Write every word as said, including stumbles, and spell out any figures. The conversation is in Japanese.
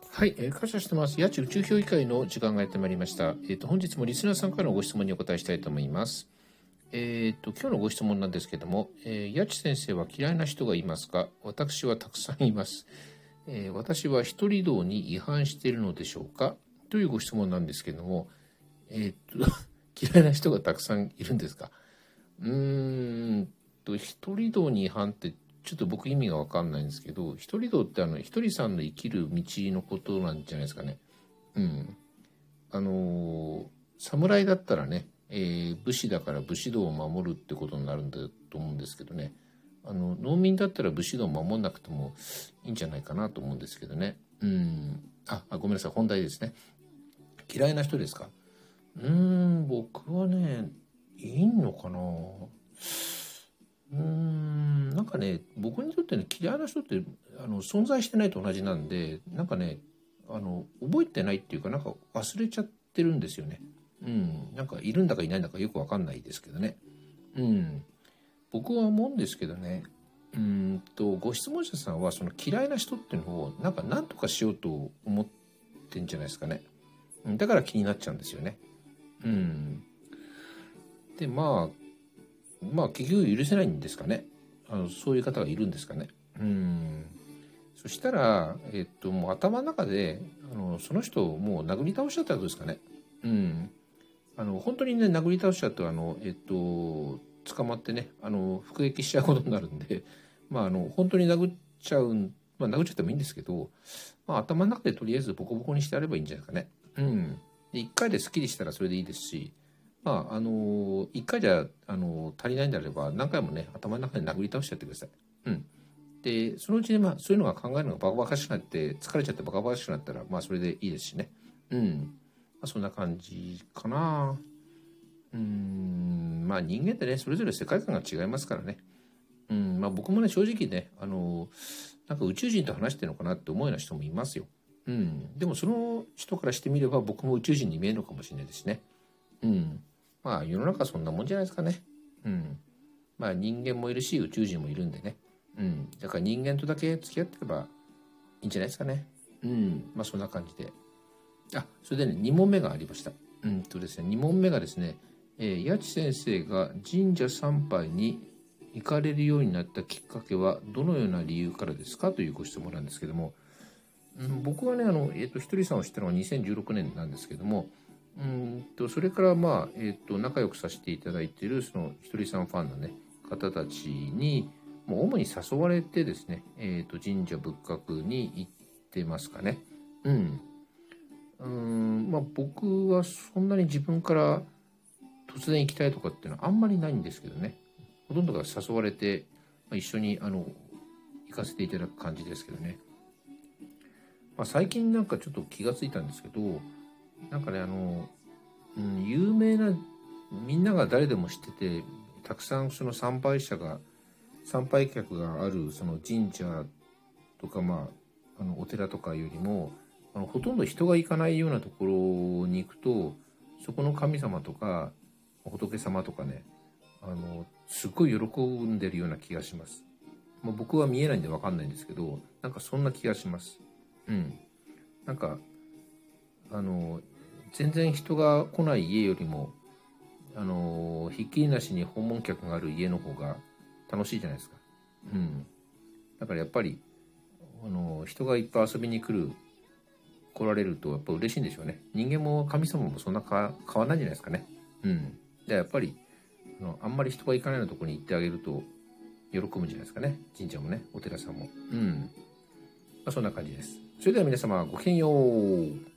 はい、えー感謝してます。八千宇宙評議会の時間がやってまいりました。えっ、と、本日もリスナーさんからのご質問にお答えしたいと思います。えっ、と、今日のご質問なんですけども、えー、八千先生は嫌いな人がいますか？私はたくさんいます。えー私は一人道に違反しているのでしょうか？というご質問なんですけども、えっ、と、嫌いな人がたくさんいるんですか？うーんと、一人道に違反ってちょっと僕意味が分かんないんですけど、一人道ってあの、一人さんの生きる道のことなんじゃないですかね。うん。あのー侍だったらね、えー武士だから武士道を守るってことになるんだと思うんですけどね。あの、農民だったら武士道を守んなくてもいいんじゃないかなと思うんですけどね。うん。あ、あごめんなさい。本題ですね。嫌いな人ですか？うーん、僕はね、いいのかな。うーん、なんかね、僕にとってね、嫌いな人ってあの存在してないと同じなんで、なんかね、あの覚えてないっていうか、なんか忘れちゃってるんですよね。うん、なんかいるんだかいないんだかよくわかんないですけどね。うん、僕は思うんですけどね。うーんとご質問者さんはその嫌いな人っていうのをなんか何とかしようと思ってんじゃないですかね。うんだから気になっちゃうんですよね。うん。で、まあまあ結局許せないんですかね。あのそういう方がいるんですかね。うん。そしたら、えっと、もう頭の中であのその人をもう殴り倒しちゃったらどうですかね。うん。あの本当にね殴り倒しちゃうとあのえっと捕まってねあの服役しちゃうことになるんで、まああの本当に殴っちゃう、まあ殴っちゃってもいいんですけど、まあ頭の中でとりあえずボコボコにしてやればいいんじゃないですかね。うん。で一回ですっきりしたらそれでいいですし。まああの一回じゃあの足りないんであれば何回もね頭の中で殴り倒しちゃってください。うん。でそのうちにまあそういうのが考えるのがバカバカしくなって疲れちゃってバカバカしくなったらまあそれでいいですしね。うん。まあそんな感じかな。うーんまあ人間ってねそれぞれ世界観が違いますからね。うんまあ僕もね正直ねあのなんか宇宙人と話してるのかなって思うような人もいますよ。うん。でもその人からしてみれば僕も宇宙人に見えるのかもしれないですね。うん。まあ世の中そんなもんじゃないですかね。うん。まあ人間もいるし宇宙人もいるんでね。うん。だから人間とだけ付き合ってればいいんじゃないですかね。うん。まあそんな感じで。あ、それでね、に問目がありました。うんとですね、に問目がですね、えー、八千先生が神社参拝に行かれるようになったきっかけはどのような理由からですかというご質問なんですけども、うん、僕はね、あの、えっ、と、ひとりさんを知ったのはにせんじゅうろくねんなんですけども、うんと、それからまあ、えっ、と、仲良くさせていただいている、そのひとりさんファンのね、方たちに、もう主に誘われてですね、えっ、と、神社仏閣に行ってますかね。うん。うーん、まあ僕はそんなに自分から突然行きたいとかっていうのはあんまりないんですけどね。ほとんどが誘われて、まあ、一緒にあの行かせていただく感じですけどね。まあ、最近なんかちょっと気がついたんですけど、なんかね、あの、うん、有名な、みんなが誰でも知ってて、たくさんその参拝者が、参拝客があるその神社とか、まあ、あのお寺とかよりも、あのほとんど人が行かないようなところに行くと、そこの神様とか仏様とかね、あのすっごい喜んでるような気がします。まあ、僕は見えないんで分かんないんですけど、なんかそんな気がします。うん。なんかあの全然人が来ない家よりも、あのひっきりなしに訪問客がある家の方が楽しいじゃないですか。うん。だからやっぱりあの人がいっぱい遊びに来る来られるとやっぱ嬉しいんでしょうね。人間も神様もそんな変わ変わんないんじゃないですかね。うん。でやっぱりあのあんまり人が行かないようなところに行ってあげると喜ぶんじゃないですかね。神社もね、お寺さんも。うん。まあ、そんな感じです。それでは皆様ごきげんよう。